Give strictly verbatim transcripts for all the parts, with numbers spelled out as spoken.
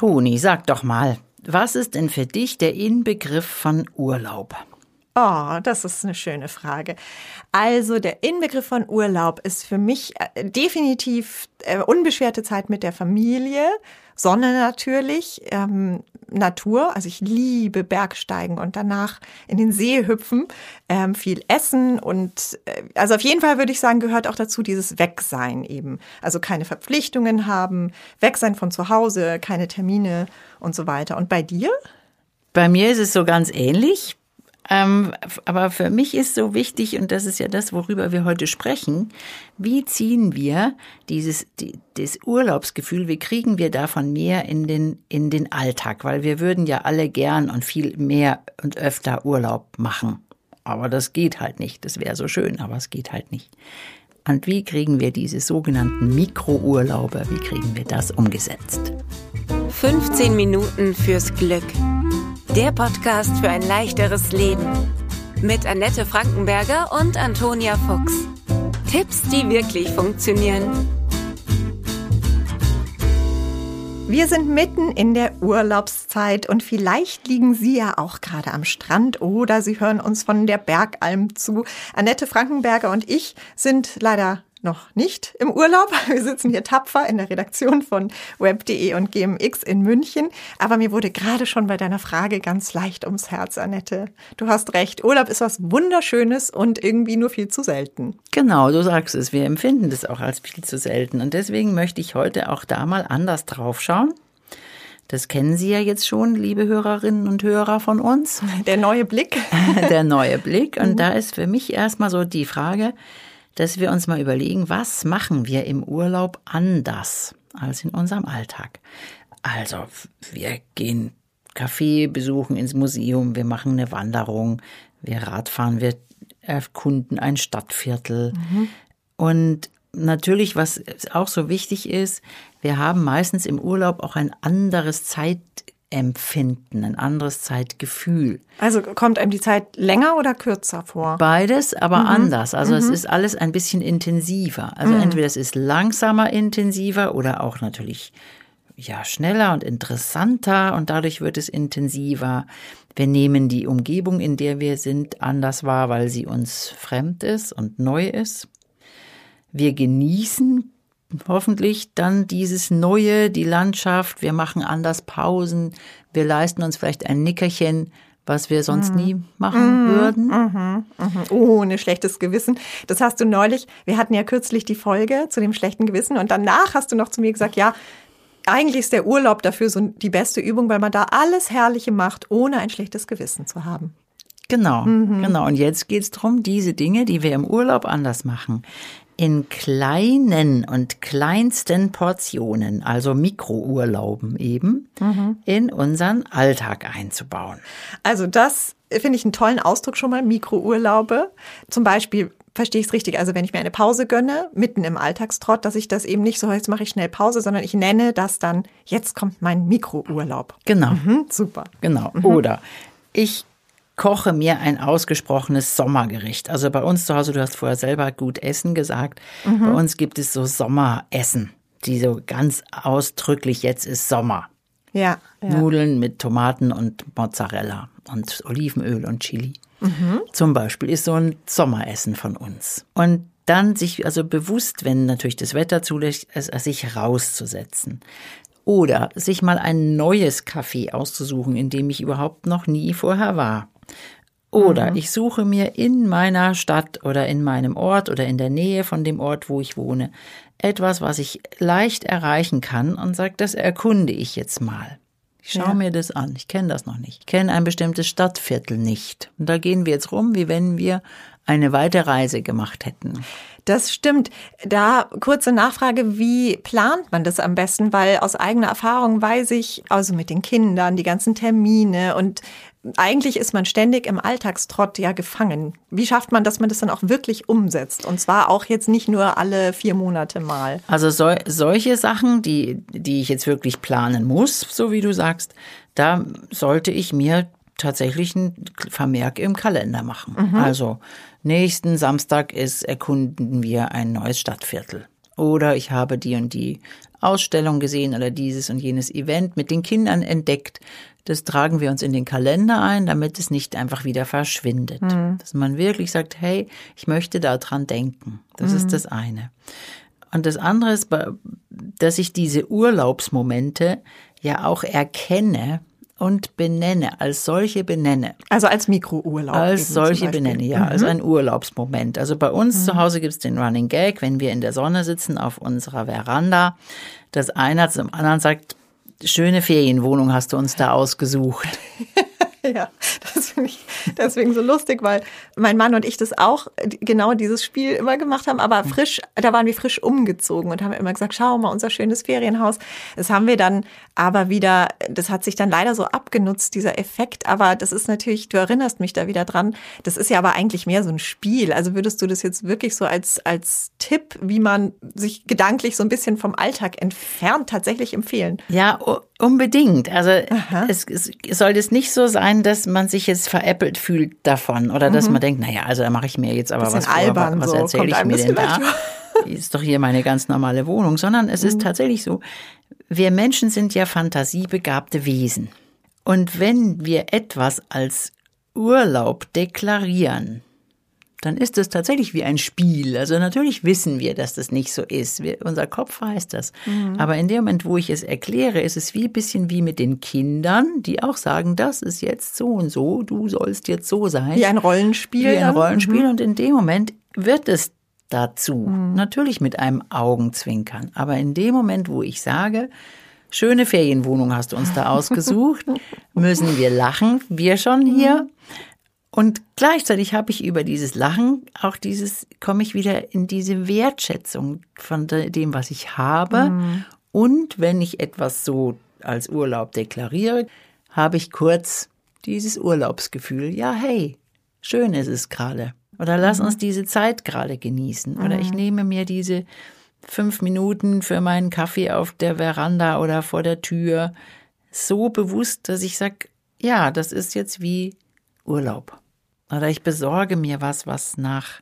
Toni, sag doch mal, was ist denn für dich der Inbegriff von Urlaub? Oh, das ist eine schöne Frage. Also der Inbegriff von Urlaub ist für mich äh, definitiv äh, unbeschwerte Zeit mit der Familie, Sonne natürlich, ähm, Natur. Also ich liebe Bergsteigen und danach in den See hüpfen, ähm, viel essen und äh, also auf jeden Fall würde ich sagen, gehört auch dazu dieses Wegsein eben. Also keine Verpflichtungen haben, weg sein von zu Hause, keine Termine und so weiter. Und bei dir? Bei mir ist es so ganz ähnlich. Ähm, aber für mich ist so wichtig, und das ist ja das, worüber wir heute sprechen, wie ziehen wir dieses die, das Urlaubsgefühl, wie kriegen wir davon mehr in den, in den Alltag? Weil wir würden ja alle gern und viel mehr und öfter Urlaub machen. Aber das geht halt nicht. Das wäre so schön, aber es geht halt nicht. Und wie kriegen wir diese sogenannten Mikrourlaube, wie kriegen wir das umgesetzt? fünfzehn Minuten fürs Glück. Der Podcast für ein leichteres Leben. Mit Annette Frankenberger und Antonia Fuchs. Tipps, die wirklich funktionieren. Wir sind mitten in der Urlaubszeit und vielleicht liegen Sie ja auch gerade am Strand oder Sie hören uns von der Bergalm zu. Annette Frankenberger und ich sind leider noch nicht im Urlaub. Wir sitzen hier tapfer in der Redaktion von web punkt de und G M X in München. Aber mir wurde gerade schon bei deiner Frage ganz leicht ums Herz, Annette. Du hast recht, Urlaub ist was Wunderschönes und irgendwie nur viel zu selten. Genau, du sagst es. Wir empfinden das auch als viel zu selten. Und deswegen möchte ich heute auch da mal anders drauf schauen. Das kennen Sie ja jetzt schon, liebe Hörerinnen und Hörer von uns. Der neue Blick. Der neue Blick. Und da ist für mich erstmal so die Frage, dass wir uns mal überlegen, was machen wir im Urlaub anders als in unserem Alltag? Also, wir gehen Café besuchen, ins Museum, wir machen eine Wanderung, wir Radfahren, wir erkunden ein Stadtviertel. Mhm. Und natürlich, was auch so wichtig ist, wir haben meistens im Urlaub auch ein anderes Zeitempfinden, ein anderes Zeitgefühl. Also kommt einem die Zeit länger oder kürzer vor? Beides, aber mhm. anders. Also mhm. es ist alles ein bisschen intensiver. Also mhm. entweder es ist langsamer intensiver oder auch natürlich ja schneller und interessanter und dadurch wird es intensiver. Wir nehmen die Umgebung, in der wir sind, anders wahr, weil sie uns fremd ist und neu ist. Wir genießen hoffentlich dann dieses Neue, die Landschaft. Wir machen anders Pausen. Wir leisten uns vielleicht ein Nickerchen, was wir sonst mm. nie machen mm. würden. Mm-hmm. Mm-hmm. Ohne schlechtes Gewissen. Das hast du neulich, wir hatten ja kürzlich die Folge zu dem schlechten Gewissen und danach hast du noch zu mir gesagt, ja, eigentlich ist der Urlaub dafür so die beste Übung, weil man da alles Herrliche macht, ohne ein schlechtes Gewissen zu haben. Genau, mhm. genau. Und jetzt geht es darum, diese Dinge, die wir im Urlaub anders machen, in kleinen und kleinsten Portionen, also Mikrourlauben eben, mhm. in unseren Alltag einzubauen. Also das finde ich einen tollen Ausdruck schon mal, Mikrourlaube. Zum Beispiel, verstehe ich es richtig, also wenn ich mir eine Pause gönne, mitten im Alltagstrott, dass ich das eben nicht so, jetzt mache ich schnell Pause, sondern ich nenne das dann, jetzt kommt mein Mikrourlaub. Genau. Mhm, super. Genau. Mhm. Oder ich koche mir ein ausgesprochenes Sommergericht. Also bei uns zu Hause, du hast vorher selber gut Essen gesagt, mhm. bei uns gibt es so Sommeressen, die so ganz ausdrücklich, jetzt ist Sommer. Ja, ja. Nudeln mit Tomaten und Mozzarella und Olivenöl und Chili. Mhm. Zum Beispiel ist so ein Sommeressen von uns. Und dann sich also bewusst, wenn natürlich das Wetter zulässt, sich rauszusetzen. Oder sich mal ein neues Café auszusuchen, in dem ich überhaupt noch nie vorher war. Oder mhm. ich suche mir in meiner Stadt oder in meinem Ort oder in der Nähe von dem Ort, wo ich wohne, etwas, was ich leicht erreichen kann und sage, das erkunde ich jetzt mal. Ich schaue ja. mir das an. Ich kenne das noch nicht. Ich kenne ein bestimmtes Stadtviertel nicht. Und da gehen wir jetzt rum, wie wenn wir eine weite Reise gemacht hätten. Das stimmt. Da kurze Nachfrage, wie plant man das am besten? Weil aus eigener Erfahrung weiß ich, also mit den Kindern, die ganzen Termine und eigentlich ist man ständig im Alltagstrott ja gefangen. Wie schafft man, dass man das dann auch wirklich umsetzt? Und zwar auch jetzt nicht nur alle vier Monate mal. Also so, solche Sachen, die, die ich jetzt wirklich planen muss, so wie du sagst, da sollte ich mir tatsächlich einen Vermerk im Kalender machen. Mhm. Also nächsten Samstag ist, erkunden wir ein neues Stadtviertel. Oder ich habe die und die Ausstellung gesehen oder dieses und jenes Event mit den Kindern entdeckt. Das tragen wir uns in den Kalender ein, damit es nicht einfach wieder verschwindet. Mhm. Dass man wirklich sagt, hey, ich möchte daran denken. Das mhm. ist das eine. Und das andere ist, dass ich diese Urlaubsmomente ja auch erkenne und benenne, als solche benenne. Also als Mikrourlaub. Als solche benenne, ja, mhm. als ein Urlaubsmoment. Also bei uns mhm. zu Hause gibt es den Running Gag, wenn wir in der Sonne sitzen auf unserer Veranda, dass einer zum anderen sagt, schöne Ferienwohnung hast du uns da ausgesucht. Ja, das finde ich deswegen so lustig, weil mein Mann und ich das auch genau dieses Spiel immer gemacht haben, aber frisch, da waren wir frisch umgezogen und haben immer gesagt, schau mal, unser schönes Ferienhaus. Das haben wir dann aber wieder, das hat sich dann leider so abgenutzt, dieser Effekt, aber das ist natürlich, du erinnerst mich da wieder dran, das ist ja aber eigentlich mehr so ein Spiel. Also würdest du das jetzt wirklich so als, als Tipp, wie man sich gedanklich so ein bisschen vom Alltag entfernt, tatsächlich empfehlen? Ja, unbedingt. Also es, es soll es nicht so sein, dass man sich jetzt veräppelt fühlt davon oder dass mhm. man denkt, naja, also da mache ich mir jetzt aber was vor, albern, was so. erzähle ich mir denn da? Ist doch hier meine ganz normale Wohnung, sondern es mhm. ist tatsächlich so, wir Menschen sind ja fantasiebegabte Wesen. Und wenn wir etwas als Urlaub deklarieren, dann ist es tatsächlich wie ein Spiel. Also natürlich wissen wir, dass das nicht so ist. Wir, unser Kopf weiß das. Mhm. Aber in dem Moment, wo ich es erkläre, ist es wie ein bisschen wie mit den Kindern, die auch sagen, das ist jetzt so und so, du sollst jetzt so sein. Wie ein Rollenspiel. Wie ein Rollenspiel. Mhm. Und in dem Moment wird es dazu. Mhm. Natürlich mit einem Augenzwinkern. Aber in dem Moment, wo ich sage, schöne Ferienwohnung hast du uns da ausgesucht, müssen wir lachen, wir schon hier. Und gleichzeitig habe ich über dieses Lachen auch dieses, komme ich wieder in diese Wertschätzung von dem, was ich habe. Mhm. Und wenn ich etwas so als Urlaub deklariere, habe ich kurz dieses Urlaubsgefühl. Ja, hey, schön ist es gerade. Oder lass uns diese Zeit gerade genießen. Oder ich nehme mir diese fünf Minuten für meinen Kaffee auf der Veranda oder vor der Tür so bewusst, dass ich sage, ja, das ist jetzt wie Urlaub. Oder ich besorge mir was, was nach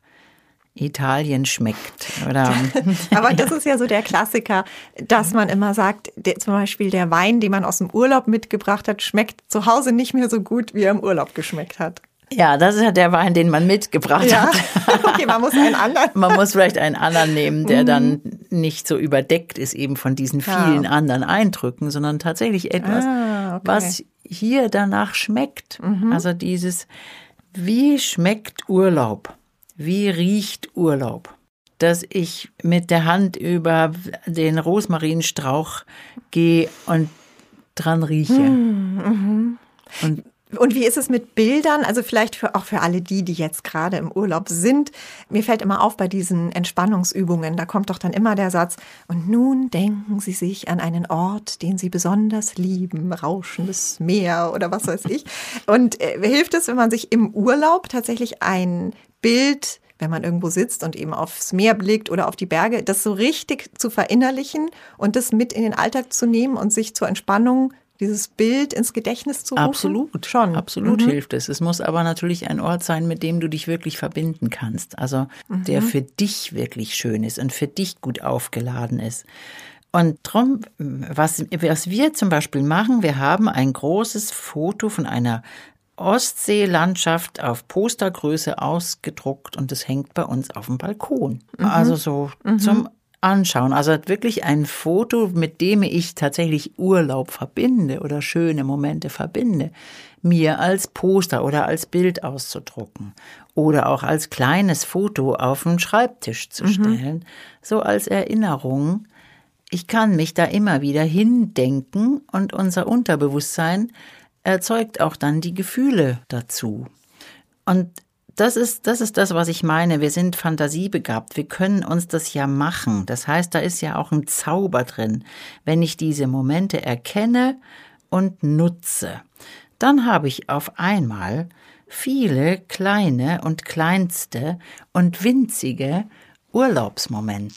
Italien schmeckt. Oder aber das ist ja so der Klassiker, dass man immer sagt, der, zum Beispiel der Wein, den man aus dem Urlaub mitgebracht hat, schmeckt zu Hause nicht mehr so gut, wie er im Urlaub geschmeckt hat. Ja, das ist ja der Wein, den man mitgebracht ja. hat. Okay, man muss einen anderen. Man muss vielleicht einen anderen nehmen, der dann nicht so überdeckt ist eben von diesen vielen ja. anderen Eindrücken, sondern tatsächlich etwas, ah, okay. was hier danach schmeckt. Mhm. Also dieses, wie schmeckt Urlaub? Wie riecht Urlaub? Dass ich mit der Hand über den Rosmarinstrauch gehe und dran rieche. Mhm. Und Und wie ist es mit Bildern? Also vielleicht für, auch für alle die, die jetzt gerade im Urlaub sind. Mir fällt immer auf bei diesen Entspannungsübungen, da kommt doch dann immer der Satz, und nun denken Sie sich an einen Ort, den Sie besonders lieben, rauschendes Meer oder was weiß ich. Und äh, hilft es, wenn man sich im Urlaub tatsächlich ein Bild, wenn man irgendwo sitzt und eben aufs Meer blickt oder auf die Berge, das so richtig zu verinnerlichen und das mit in den Alltag zu nehmen und sich zur Entspannung dieses Bild ins Gedächtnis zu rufen? Absolut, schon. Absolut mhm. hilft es. Es muss aber natürlich ein Ort sein, mit dem du dich wirklich verbinden kannst. Also mhm. der für dich wirklich schön ist und für dich gut aufgeladen ist. Und darum, was, was wir zum Beispiel machen, wir haben ein großes Foto von einer Ostseelandschaft auf Postergröße ausgedruckt und das hängt bei uns auf dem Balkon. Mhm. Also so mhm. zum Anschauen. Also wirklich ein Foto, mit dem ich tatsächlich Urlaub verbinde oder schöne Momente verbinde, mir als Poster oder als Bild auszudrucken oder auch als kleines Foto auf den Schreibtisch zu stellen, mhm. so als Erinnerung. Ich kann mich da immer wieder hindenken und unser Unterbewusstsein erzeugt auch dann die Gefühle dazu. Und Das ist, das ist das, was ich meine. Wir sind fantasiebegabt. Wir können uns das ja machen. Das heißt, da ist ja auch ein Zauber drin. Wenn ich diese Momente erkenne und nutze, dann habe ich auf einmal viele kleine und kleinste und winzige Urlaubsmomente.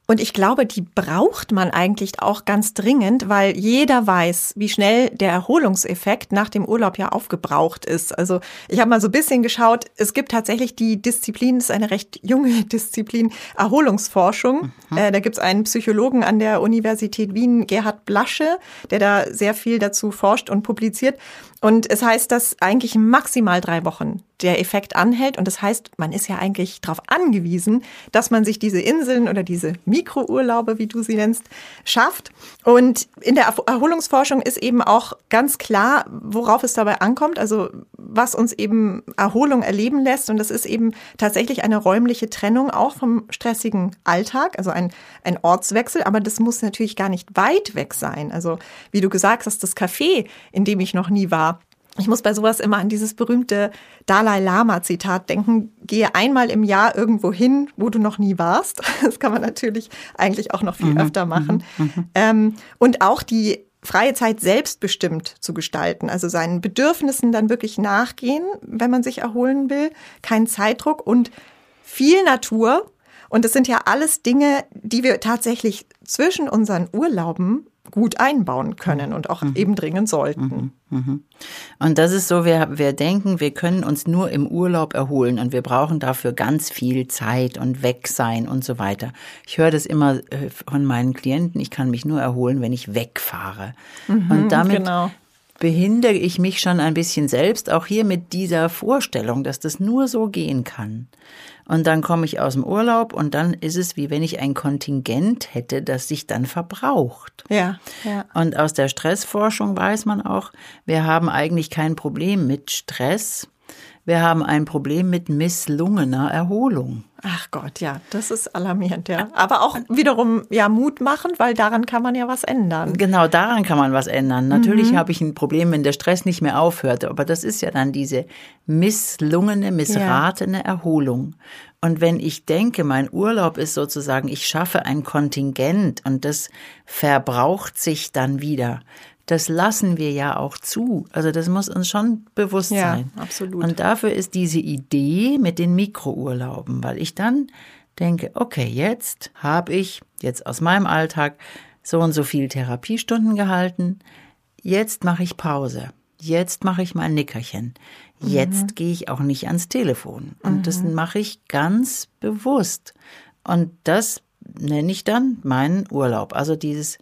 Und ich glaube, die braucht man eigentlich auch ganz dringend, weil jeder weiß, wie schnell der Erholungseffekt nach dem Urlaub ja aufgebraucht ist. Also ich habe mal so ein bisschen geschaut, es gibt tatsächlich die Disziplin, das ist eine recht junge Disziplin, Erholungsforschung. Mhm. Äh, da gibt es einen Psychologen an der Universität Wien, Gerhard Blasche, der da sehr viel dazu forscht und publiziert. Und es heißt, dass eigentlich maximal drei Wochen der Effekt anhält. Und das heißt, man ist ja eigentlich darauf angewiesen, dass man sich diese Inseln oder diese Mikrourlaube, wie du sie nennst, schafft. Und in der Erholungsforschung ist eben auch ganz klar, worauf es dabei ankommt, also was uns eben Erholung erleben lässt. Und das ist eben tatsächlich eine räumliche Trennung auch vom stressigen Alltag, also ein, ein Ortswechsel. Aber das muss natürlich gar nicht weit weg sein. Also wie du gesagt hast, das Café, in dem ich noch nie war. Ich muss bei sowas immer an dieses berühmte Dalai-Lama-Zitat denken, gehe einmal im Jahr irgendwo hin, wo du noch nie warst. Das kann man natürlich eigentlich auch noch viel mhm, öfter machen. Mhm, ähm, und auch die freie Zeit selbstbestimmt zu gestalten, also seinen Bedürfnissen dann wirklich nachgehen, wenn man sich erholen will, kein Zeitdruck und viel Natur. Und das sind ja alles Dinge, die wir tatsächlich zwischen unseren Urlauben gut einbauen können und auch mhm. eben dringend sollten. Mhm. Mhm. Und das ist so, wir, wir denken, wir können uns nur im Urlaub erholen und wir brauchen dafür ganz viel Zeit und weg sein und so weiter. Ich höre das immer von meinen Klienten, ich kann mich nur erholen, wenn ich wegfahre. Mhm, und damit genau. behindere ich mich schon ein bisschen selbst, auch hier mit dieser Vorstellung, dass das nur so gehen kann. Und dann komme ich aus dem Urlaub und dann ist es, wie wenn ich ein Kontingent hätte, das sich dann verbraucht. Ja, ja. Und aus der Stressforschung weiß man auch, wir haben eigentlich kein Problem mit Stress. Wir haben ein Problem mit misslungener Erholung. Ach Gott, ja, das ist alarmierend, ja. Aber auch wiederum ja mutmachend, weil daran kann man ja was ändern. Genau, daran kann man was ändern. Natürlich mhm. habe ich ein Problem, wenn der Stress nicht mehr aufhört, aber das ist ja dann diese misslungene, missratene ja. Erholung. Und wenn ich denke, mein Urlaub ist sozusagen, ich schaffe ein Kontingent und das verbraucht sich dann wieder. Das lassen wir ja auch zu. Also das muss uns schon bewusst ja, sein. Absolut. Und dafür ist diese Idee mit den Mikrourlauben, weil ich dann denke, okay, jetzt habe ich jetzt aus meinem Alltag so und so viel Therapiestunden gehalten. Jetzt mache ich Pause. Jetzt mache ich mal ein Nickerchen. Jetzt mhm. gehe ich auch nicht ans Telefon. Und mhm. das mache ich ganz bewusst. Und das nenne ich dann meinen Urlaub. Also dieses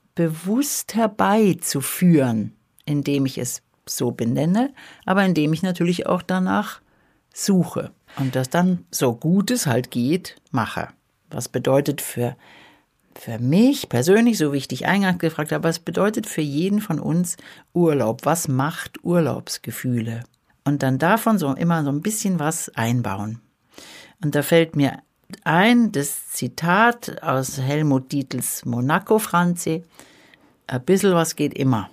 bewusst herbeizuführen, indem ich es so benenne, aber indem ich natürlich auch danach suche und das dann, so gut es halt geht, mache. Was bedeutet für, für mich persönlich, so wie ich dich eingangs gefragt habe, was bedeutet für jeden von uns Urlaub? Was macht Urlaubsgefühle? Und dann davon so immer so ein bisschen was einbauen. Und da fällt mir ein, das Zitat aus Helmut Dietls Monaco Franzi, ein bisschen was geht immer.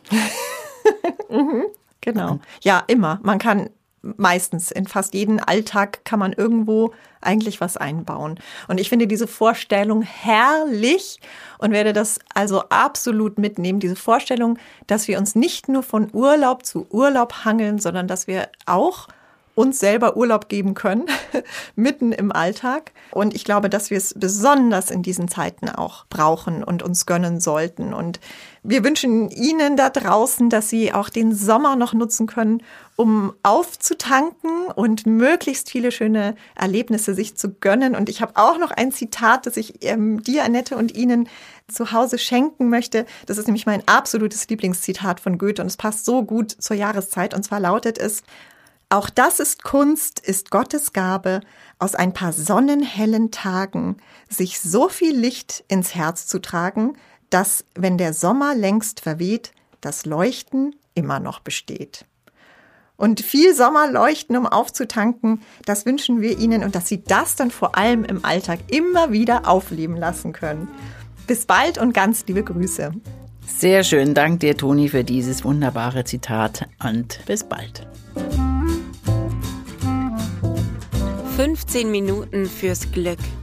mhm, genau. Ja, immer. Man kann meistens in fast jeden Alltag kann man irgendwo eigentlich was einbauen. Und ich finde diese Vorstellung herrlich und werde das also absolut mitnehmen. Diese Vorstellung, dass wir uns nicht nur von Urlaub zu Urlaub hangeln, sondern dass wir auch uns selber Urlaub geben können, mitten im Alltag. Und ich glaube, dass wir es besonders in diesen Zeiten auch brauchen und uns gönnen sollten. Und wir wünschen Ihnen da draußen, dass Sie auch den Sommer noch nutzen können, um aufzutanken und möglichst viele schöne Erlebnisse sich zu gönnen. Und ich habe auch noch ein Zitat, das ich ähm, dir, Annette, und Ihnen zu Hause schenken möchte. Das ist nämlich mein absolutes Lieblingszitat von Goethe und es passt so gut zur Jahreszeit. Und zwar lautet es: Auch das ist Kunst, ist Gottes Gabe, aus ein paar sonnenhellen Tagen sich so viel Licht ins Herz zu tragen, dass, wenn der Sommer längst verweht, das Leuchten immer noch besteht. Und viel Sommerleuchten, um aufzutanken, das wünschen wir Ihnen und dass Sie das dann vor allem im Alltag immer wieder aufleben lassen können. Bis bald und ganz liebe Grüße. Sehr schön, dank dir, Toni, für dieses wunderbare Zitat und bis bald. fünfzehn Minuten fürs Glück.